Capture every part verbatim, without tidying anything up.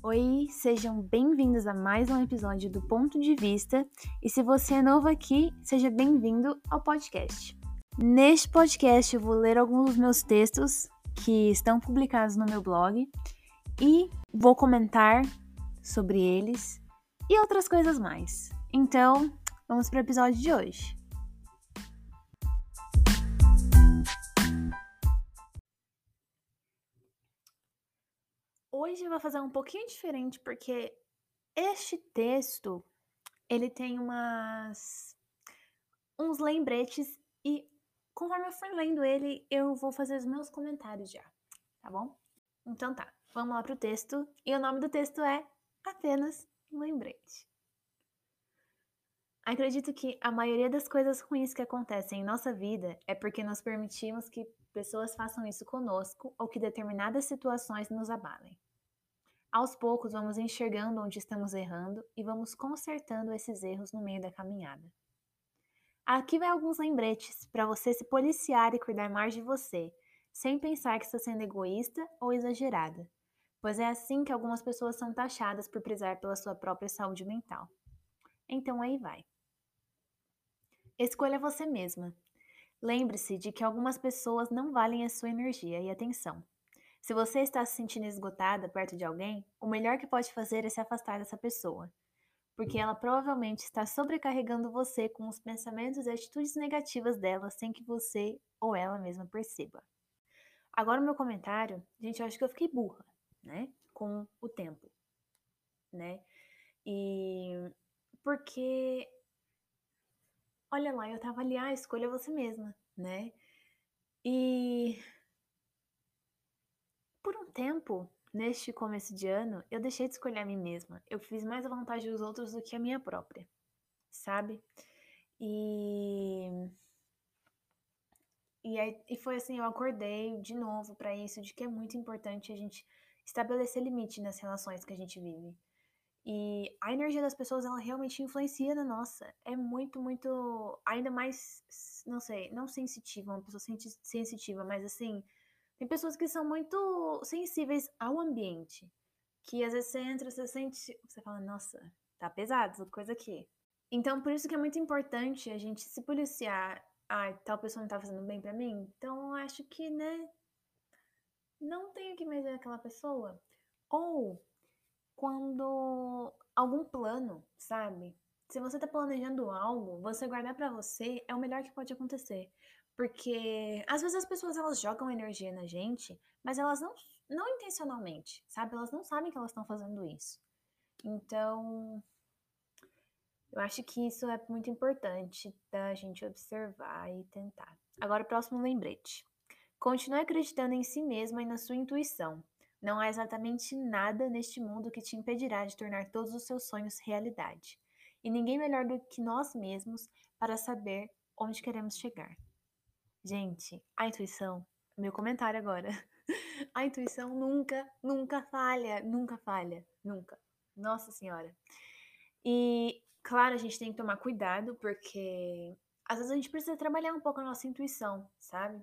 Oi, sejam bem-vindos a mais um episódio do Ponto de Vista, e se você é novo aqui, seja bem-vindo ao podcast. Neste podcast eu vou ler alguns dos meus textos que estão publicados no meu blog e vou comentar sobre eles e outras coisas mais. Então, vamos para o episódio de hoje. Hoje eu vou fazer um pouquinho diferente porque este texto, ele tem umas uns lembretes e conforme eu for lendo ele, eu vou fazer os meus comentários já, tá bom? Então tá, vamos lá pro texto e o nome do texto é apenas um lembrete. Acredito que a maioria das coisas ruins que acontecem em nossa vida é porque nós permitimos que pessoas façam isso conosco ou que determinadas situações nos abalem. Aos poucos, vamos enxergando onde estamos errando e vamos consertando esses erros no meio da caminhada. Aqui vai alguns lembretes para você se policiar e cuidar mais de você, sem pensar que está sendo egoísta ou exagerada, pois é assim que algumas pessoas são taxadas por prezar pela sua própria saúde mental. Então aí vai. Escolha você mesma. Lembre-se de que algumas pessoas não valem a sua energia e atenção. Se você está se sentindo esgotada perto de alguém, o melhor que pode fazer é se afastar dessa pessoa, porque ela provavelmente está sobrecarregando você com os pensamentos e atitudes negativas dela sem que você ou ela mesma perceba. Agora o meu comentário, gente, eu acho que eu fiquei burra, né, com o tempo, né, e porque, olha lá, eu tava ali, ah, escolha você mesma, né, e por um tempo, neste começo de ano, eu deixei de escolher a mim mesma. Eu fiz mais a vontade dos outros do que a minha própria, sabe? E, e, aí, e foi assim, eu acordei de novo para isso, de que é muito importante a gente estabelecer limite nas relações que a gente vive. E a energia das pessoas, ela realmente influencia na nossa. É muito, muito, ainda mais, não sei, não sensitiva, uma pessoa sensitiva, mas assim, tem pessoas que são muito sensíveis ao ambiente. Que às vezes você entra, você sente, você fala, nossa, tá pesado essa coisa aqui. Então, por isso que é muito importante a gente se policiar. Ah, tal pessoa não tá fazendo bem pra mim? Então, eu acho que, né, não tenho que mais ver aquela pessoa. Ou quando algum plano, sabe? Se você tá planejando algo, você guardar pra você é o melhor que pode acontecer. Porque às vezes as pessoas elas jogam energia na gente, mas elas não, não intencionalmente, sabe? Elas não sabem que elas estão fazendo isso. Então, eu acho que isso é muito importante da gente observar e tentar. Agora, o próximo lembrete. Continue acreditando em si mesma e na sua intuição. Não há exatamente nada neste mundo que te impedirá de tornar todos os seus sonhos realidade. E ninguém melhor do que nós mesmos para saber onde queremos chegar. Gente, a intuição, meu comentário agora. A intuição nunca, nunca falha, nunca falha, nunca. Nossa Senhora. E, claro, a gente tem que tomar cuidado, porque às vezes a gente precisa trabalhar um pouco a nossa intuição, sabe?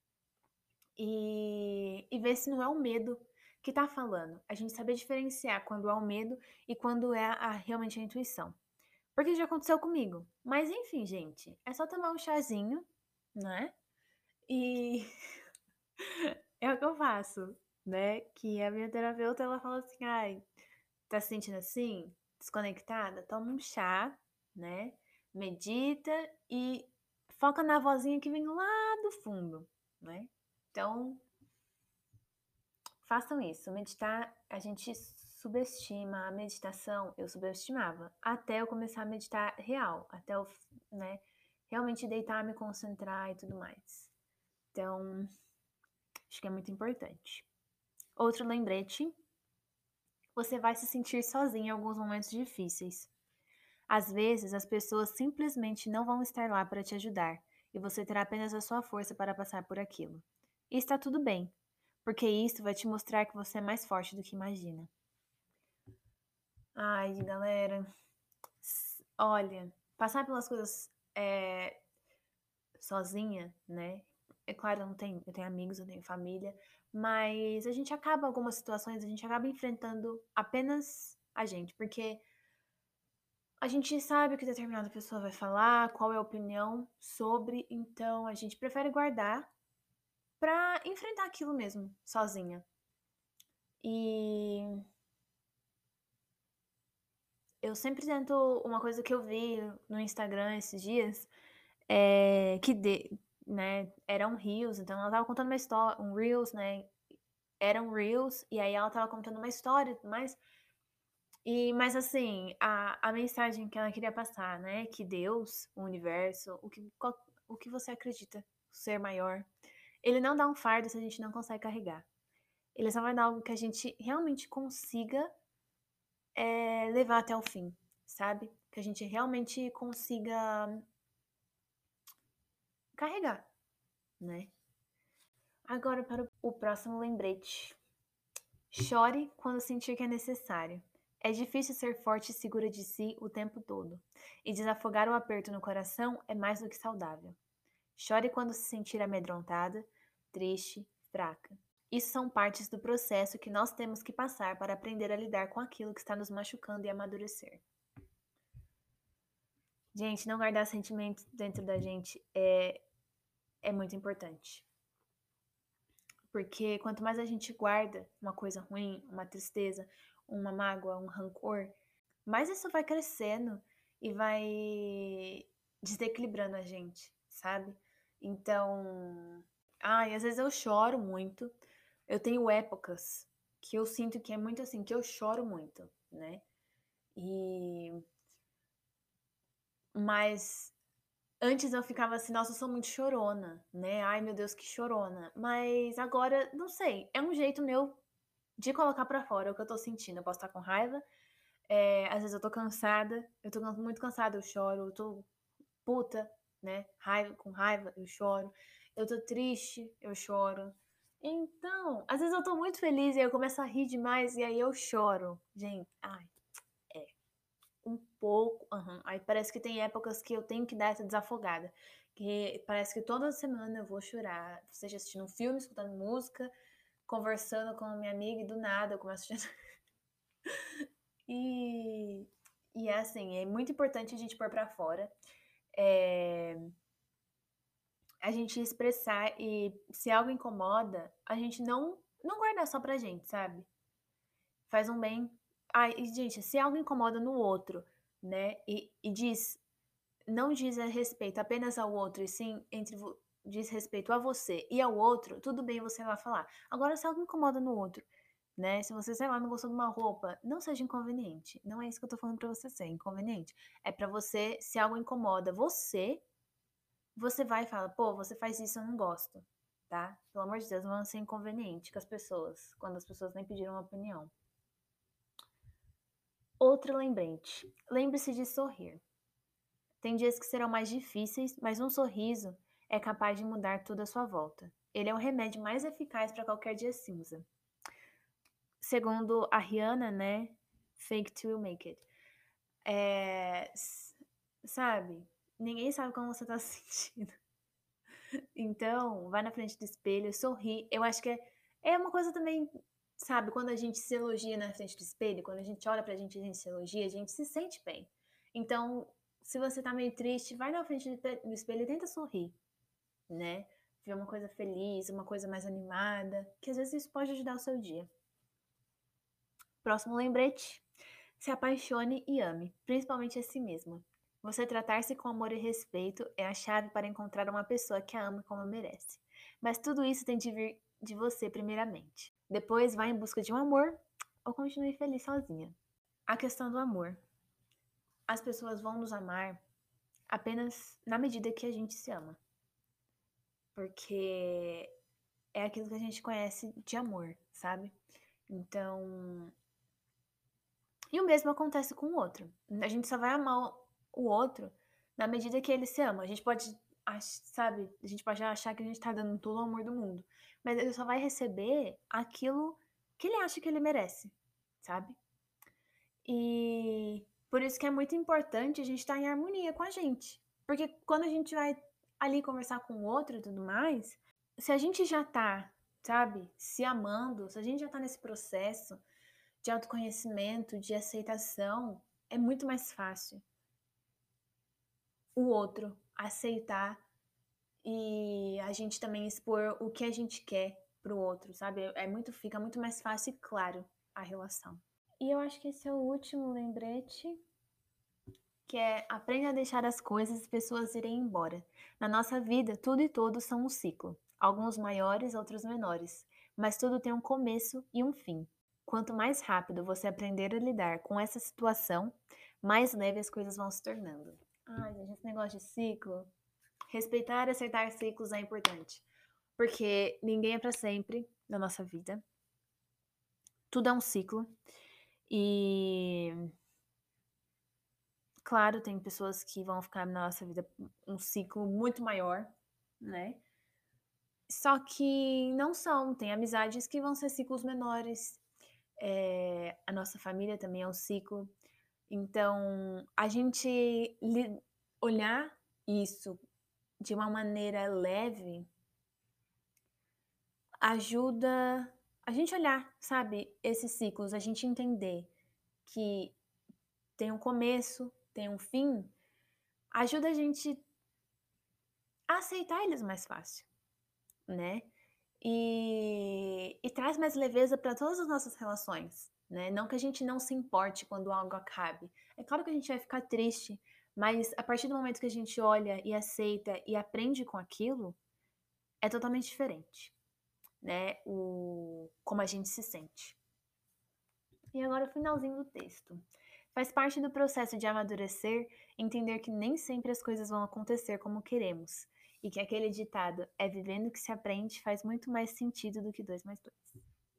E, e ver se não é o medo que tá falando. A gente saber diferenciar quando é o medo e quando é a, realmente a intuição. Porque já aconteceu comigo. Mas enfim, gente, é só tomar um chazinho, né? E é o que eu faço, né? Que a minha terapeuta, ela fala assim, ai, tá se sentindo assim? Desconectada? Toma um chá, né? Medita e foca na vozinha que vem lá do fundo, né? Então, façam isso. Meditar, a gente subestima a meditação. Eu subestimava até eu começar a meditar real, até eu, né, realmente deitar, me concentrar e tudo mais. Então, acho que é muito importante. Outro lembrete, você vai se sentir sozinho em alguns momentos difíceis. Às vezes, as pessoas simplesmente não vão estar lá para te ajudar, e você terá apenas a sua força para passar por aquilo. E está tudo bem, porque isso vai te mostrar que você é mais forte do que imagina. Ai, galera, olha, passar pelas coisas é, sozinha, né? É claro, eu não tenho, eu tenho amigos, eu tenho família, mas a gente acaba, algumas situações, a gente acaba enfrentando apenas a gente, porque a gente sabe o que determinada pessoa vai falar, qual é a opinião sobre, então a gente prefere guardar pra enfrentar aquilo mesmo, sozinha. E eu sempre tento, uma coisa que eu vi no Instagram esses dias, é que de, né, eram reels, então ela estava contando uma história, um reels, né, eram reels, e aí ela estava contando uma história, mas e mas assim, a a mensagem que ela queria passar, né, que Deus, o universo, o que qual o que você acredita, o ser maior, ele não dá um fardo se a gente não consegue carregar. Ele só vai dar algo que a gente realmente consiga, eh, levar até o fim, sabe? Que a gente realmente consiga carregar, né? Agora para o próximo lembrete. Chore quando sentir que é necessário. É difícil ser forte e segura de si o tempo todo, e desafogar o aperto no coração é mais do que saudável. Chore quando se sentir amedrontada, triste, fraca. Isso são partes do processo que nós temos que passar para aprender a lidar com aquilo que está nos machucando e amadurecer. Gente, não guardar sentimentos dentro da gente é, é muito importante. Porque quanto mais a gente guarda uma coisa ruim, uma tristeza, uma mágoa, um rancor, mais isso vai crescendo e vai desequilibrando a gente, sabe? Então, ai, às vezes eu choro muito. Eu tenho épocas que eu sinto que é muito assim, que eu choro muito, né? E mas antes eu ficava assim: "Nossa, eu sou muito chorona", né? "Ai, meu Deus, que chorona". Mas agora, não sei, é um jeito meu de colocar pra fora o que eu tô sentindo. Eu posso estar com raiva, eh, às vezes eu tô cansada, eu tô can muito cansada, eu choro, eu tô puta, né, raiva com raiva, eu choro. Eu tô triste, eu choro. Então, às vezes eu tô muito feliz e aí eu começo a rir demais e aí eu choro. Gente, ai, é, um pouco, aham. Aí parece que tem épocas que eu tenho que dar essa desafogada, que parece que toda semana eu vou chorar, seja assistindo um filme, escutando música, conversando com a minha amiga e do nada eu começo a chorar. E e é assim, é muito importante a gente pôr pra fora, eh, a gente expressar e se algo incomoda, a gente não não guardar só pra gente, sabe. Faz um bem. Ai, e gente, se algo incomoda no outro, né, e e diz não diz a respeito apenas ao outro, e sim entre vo diz respeito a você e ao outro, tudo bem você ir lá falar. Agora se algo incomoda no outro, né, se você, sei lá, não gostou de uma roupa, não seja inconveniente, não é isso que eu tô falando pra você ser inconveniente, é pra você, se algo incomoda você, você vai e fala: "Pô, você faz isso, eu não gosto", tá. Pelo amor de Deus, não vamos ser inconveniente com as pessoas, quando as pessoas nem pediram uma opinião. Outro lembrete: lembre-se de sorrir. Tem dias que serão mais difíceis, mas um sorriso é capaz de mudar tudo à sua volta. Ele é o remédio mais eficaz para qualquer dia cinza. Segundo a Rihanna, né, fake it till you make it. Eh, s sabe, ninguém sabe como você tá se sentindo. Então, vai na frente do espelho, sorri. Eu acho que é é uma coisa também, sabe, quando a gente se elogia na frente do espelho, quando a gente olha pra gente e a gente se elogia, a gente se sente bem. Então, se você tá meio triste, vai na frente do pe do espelho e tenta sorrir, né. Ver uma coisa feliz, uma coisa mais animada, que às vezes isso pode ajudar o seu dia. Próximo lembrete: se apaixone e ame, principalmente a si mesma. Você tratar-se com amor e respeito é a chave para encontrar uma pessoa que a ame como merece. Mas tudo isso tem de vir de você primeiramente. Depois vá em busca de um amor ou continue feliz sozinha. A questão do amor. As pessoas vão nos amar apenas na medida que a gente se ama. Porque é aquilo que a gente conhece de amor, sabe? Então, e o mesmo acontece com o outro. A gente só vai amar o outro na medida que ele se ama. A gente pode, ach sabe, a gente pode achar que a gente tá dando todo o amor do mundo, mas ele só vai receber aquilo que ele acha que ele merece, sabe. E por isso que é muito importante a gente estar em harmonia com a gente, porque quando a gente vai ali conversar com o outro e tudo mais, se a gente já tá sabe, se amando, se a gente já tá nesse processo de autoconhecimento, de aceitação, é muito mais fácil o outro aceitar e a gente também expor o que a gente quer pro outro, sabe? É muito, fica muito mais fácil e claro a relação. E eu acho que esse é o último lembrete, que é aprenda a deixar as coisas e pessoas irem embora. Na nossa vida, tudo e todos são um ciclo. Alguns maiores, outros menores. Mas tudo tem um começo e um fim. Quanto mais rápido você aprender a lidar com essa situação, mais leve as coisas vão se tornando. Ai, gente, esse negócio de ciclo. Respeitar e aceitar ciclos é importante. Porque ninguém é para sempre na nossa vida. Tudo é um ciclo. E claro, tem pessoas que vão ficar na nossa vida um ciclo muito maior, né? Só que não são, tem amizades que vão ser ciclos menores. É, a nossa família também é um ciclo. Então, a gente olhar isso de uma maneira leve ajuda a gente olhar, sabe, esses ciclos, a gente entender que tem um começo, tem um fim, ajuda a gente a aceitar eles mais fácil, né? E, e traz mais leveza para todas as nossas relações, né? Não que a gente não se importe quando algo acabe. É claro que a gente vai ficar triste, mas a partir do momento que a gente olha e aceita e aprende com aquilo, é totalmente diferente, né? O, como a gente se sente. E agora o finalzinho do texto. Faz parte do processo de amadurecer entender que nem sempre as coisas vão acontecer como queremos, e que aquele ditado é vivendo que se aprende faz muito mais sentido do que dois mais dois.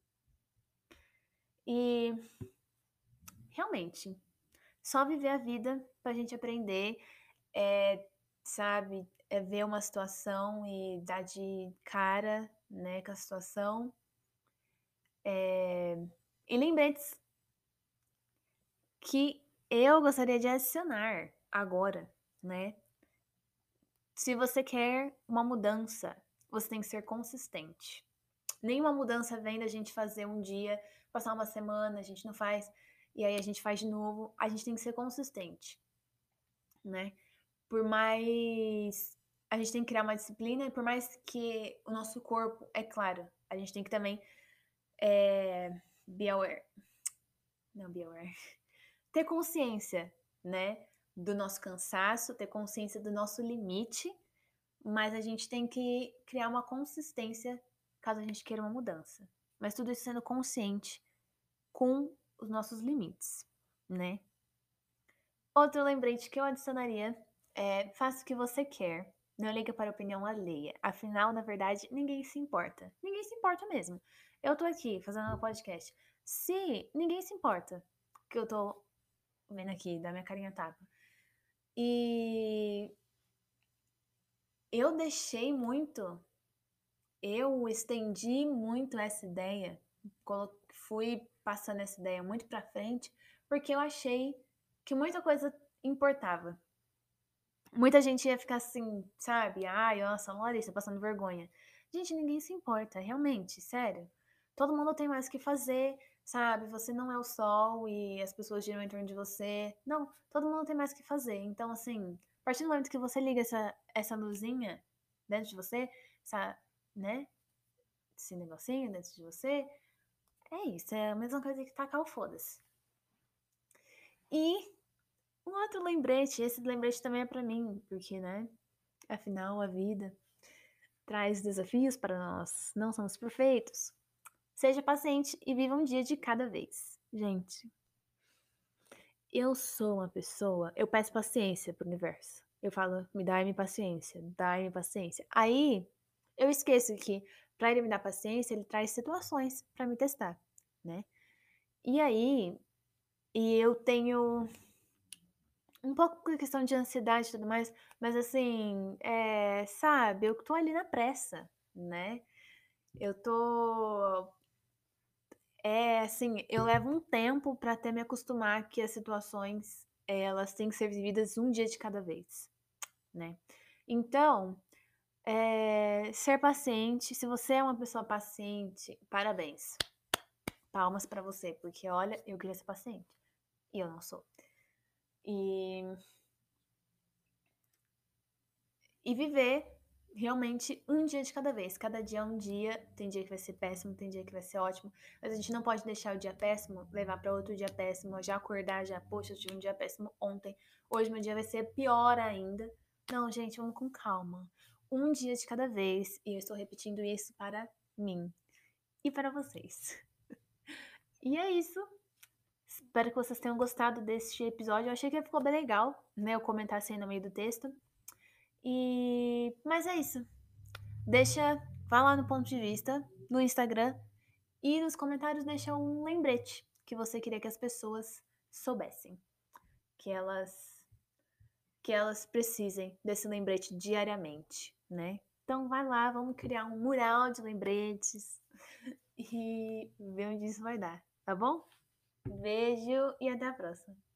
E realmente, só viver a vida pra gente aprender, é, sabe, é ver uma situação e dar de cara, né, com a situação. É, e lembretes que eu gostaria de adicionar agora, né? Se você quer uma mudança, você tem que ser consistente. Nenhuma mudança vem da gente fazer um dia, passar uma semana, a gente não faz, e aí a gente faz de novo. A gente tem que ser consistente, né? Por mais. A gente tem que criar uma disciplina, e por mais que o nosso corpo, é claro, a gente tem que também é, be aware. Não, be aware. Ter consciência, né? Do nosso cansaço, ter consciência do nosso limite, mas a gente tem que criar uma consistência caso a gente queira uma mudança. Mas tudo isso sendo consciente com os nossos limites, né? Outro lembrete que eu adicionaria é: faça o que você quer, não liga para a opinião alheia. Afinal, na verdade, ninguém se importa. Ninguém se importa mesmo. Eu tô aqui fazendo um podcast. Se ninguém se importa, que eu tô vendo aqui, da minha carinha tapa. E eu deixei muito, eu estendi muito essa ideia, fui passando essa ideia muito pra frente, porque eu achei que muita coisa importava. Muita gente ia ficar assim, sabe? Ai, nossa, a Larissa passando vergonha. Gente, ninguém se importa, realmente, sério. Todo mundo tem mais o que fazer, sabe? Você não é o sol e as pessoas giram em torno de você. Não, todo mundo tem mais o que fazer. Então, assim, a partir do momento que você liga essa, essa luzinha dentro de você, essa, né? Esse negocinho dentro de você, é isso, é a mesma coisa que tacar o foda-se. E um outro lembrete, esse lembrete também é pra mim, porque, né? Afinal, a vida traz desafios para nós, não somos perfeitos. Seja paciente e viva um dia de cada vez. Gente, eu sou uma pessoa, eu peço paciência pro universo. Eu falo, me dá-me paciência, dá-me paciência. Aí, eu esqueço que para ele me dar paciência, ele traz situações para me testar, né? E aí, e eu tenho um pouco com questão de ansiedade e tudo mais, mas assim, é, sabe, eu tô ali na pressa, né? Eu tô. É assim, eu levo um tempo pra até me acostumar que as situações, elas têm que ser vividas um dia de cada vez, né? Então, É, ser paciente. Se você é uma pessoa paciente, parabéns. Palmas pra você, porque olha, eu queria ser paciente. E eu não sou. E, e viver realmente um dia de cada vez. Cada dia é um dia. Tem dia que vai ser péssimo, tem dia que vai ser ótimo. Mas a gente não pode deixar o dia péssimo levar pra outro dia péssimo. Já acordar, já, poxa, eu tive um dia péssimo ontem. Hoje meu dia vai ser pior ainda. Não, gente, vamos com calma. Um dia de cada vez. E eu estou repetindo isso para mim e para vocês. E é isso. Espero que vocês tenham gostado deste episódio. Eu achei que ficou bem legal, né? Eu comentar assim no meio do texto. E mas é isso. Deixa, vá lá no ponto de vista, no Instagram e nos comentários deixa um lembrete que você queria que as pessoas soubessem, que elas que elas precisem desse lembrete diariamente, né? Então vai lá, vamos criar um mural de lembretes e ver onde isso vai dar, tá bom? Beijo e até a próxima.